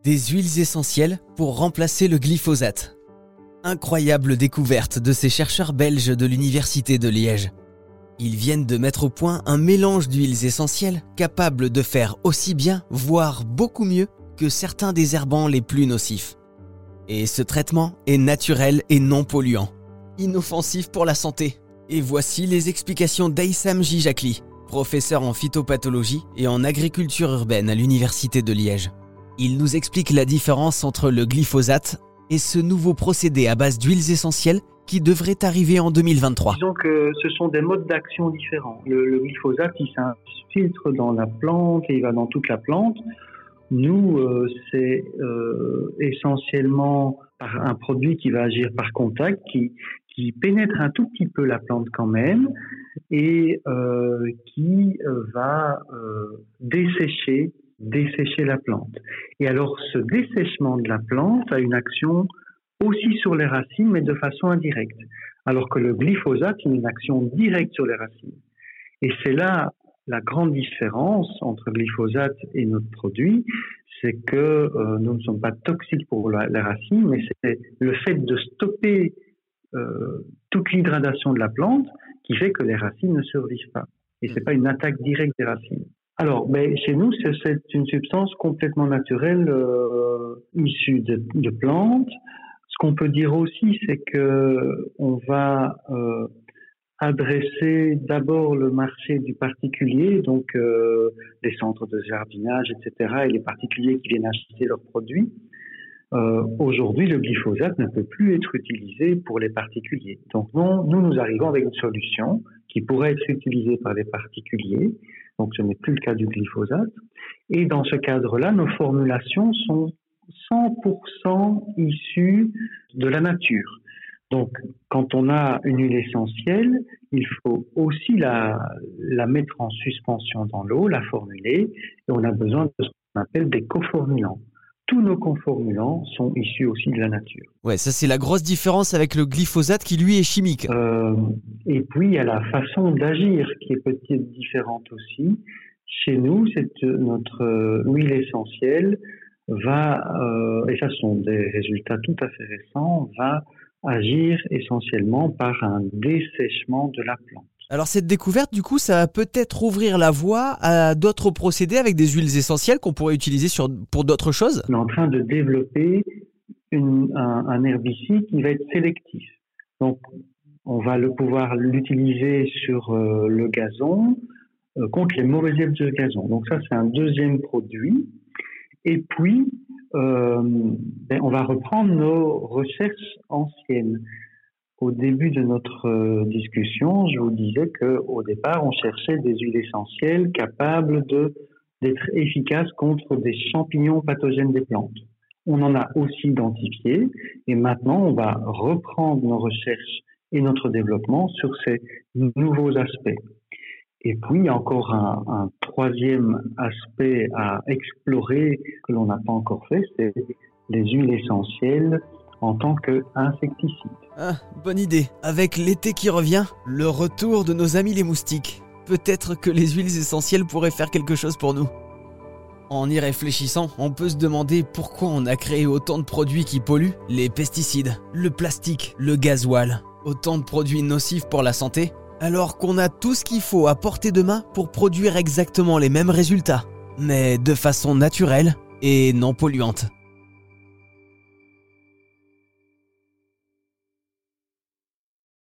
Des huiles essentielles pour remplacer le glyphosate. Incroyable découverte de ces chercheurs belges de l'Université de Liège. Ils viennent de mettre au point un mélange d'huiles essentielles capable de faire aussi bien, voire beaucoup mieux, que certains désherbants les plus nocifs. Et ce traitement est naturel et non polluant, inoffensif pour la santé. Et voici les explications d'Aïssam Jijakli, professeur en phytopathologie et en agriculture urbaine à l'Université de Liège. Il nous explique la différence entre le glyphosate et ce nouveau procédé à base d'huiles essentielles qui devrait arriver en 2023. Disons que ce sont des modes d'action différents. Le glyphosate, il s'infiltre dans la plante et il va dans toute la plante. Nous, c'est essentiellement un produit qui va agir par contact, qui pénètre un tout petit peu la plante quand même et qui va dessécher la plante. Et alors, ce dessèchement de la plante a une action aussi sur les racines, mais de façon indirecte. Alors que le glyphosate a une action directe sur les racines. Et c'est là la grande différence entre le glyphosate et notre produit, c'est que nous ne sommes pas toxiques pour les racines, mais c'est le fait de stopper toute l'hydratation de la plante qui fait que les racines ne survivent pas. Et c'est pas une attaque directe des racines. Alors, chez nous, c'est une substance complètement naturelle issue de plantes. Ce qu'on peut dire aussi, c'est que on va adresser d'abord le marché du particulier, donc les centres de jardinage, etc., et les particuliers qui viennent acheter leurs produits. Aujourd'hui, le glyphosate ne peut plus être utilisé pour les particuliers. Donc nous arrivons avec une solution qui pourrait être utilisée par les particuliers. Donc ce n'est plus le cas du glyphosate. Et dans ce cadre-là, nos formulations sont 100% issues de la nature. Donc, quand on a une huile essentielle, il faut aussi la mettre en suspension dans l'eau, la formuler, et on a besoin de ce qu'on appelle des coformulants. Tous nos coformulants sont issus aussi de la nature. Ouais, ça c'est la grosse différence avec le glyphosate qui lui est chimique. Et puis il y a la façon d'agir qui est peut-être différente aussi. Chez nous, notre huile essentielle va, et ça sont des résultats tout à fait récents, va agir essentiellement par un dessèchement de la plante. Alors cette découverte, du coup, ça va peut-être ouvrir la voie à d'autres procédés avec des huiles essentielles qu'on pourrait utiliser pour d'autres choses. On est en train de développer un herbicide qui va être sélectif. Donc, on va pouvoir l'utiliser sur le gazon contre les mauvaises herbes de gazon. Donc ça, c'est un deuxième produit. Et puis, on va reprendre nos recherches anciennes. Au début de notre discussion, je vous disais qu'au départ, on cherchait des huiles essentielles capables d'être efficaces contre des champignons pathogènes des plantes. On en a aussi identifié et maintenant, on va reprendre nos recherches et notre développement sur ces nouveaux aspects. Et puis, il y a encore un troisième aspect à explorer que l'on n'a pas encore fait, c'est les huiles essentielles en tant qu'insecticide. Ah, bonne idée. Avec l'été qui revient, le retour de nos amis les moustiques. Peut-être que les huiles essentielles pourraient faire quelque chose pour nous. En y réfléchissant, on peut se demander pourquoi on a créé autant de produits qui polluent, les pesticides, le plastique, le gasoil, autant de produits nocifs pour la santé, alors qu'on a tout ce qu'il faut à portée de main pour produire exactement les mêmes résultats, mais de façon naturelle et non polluante.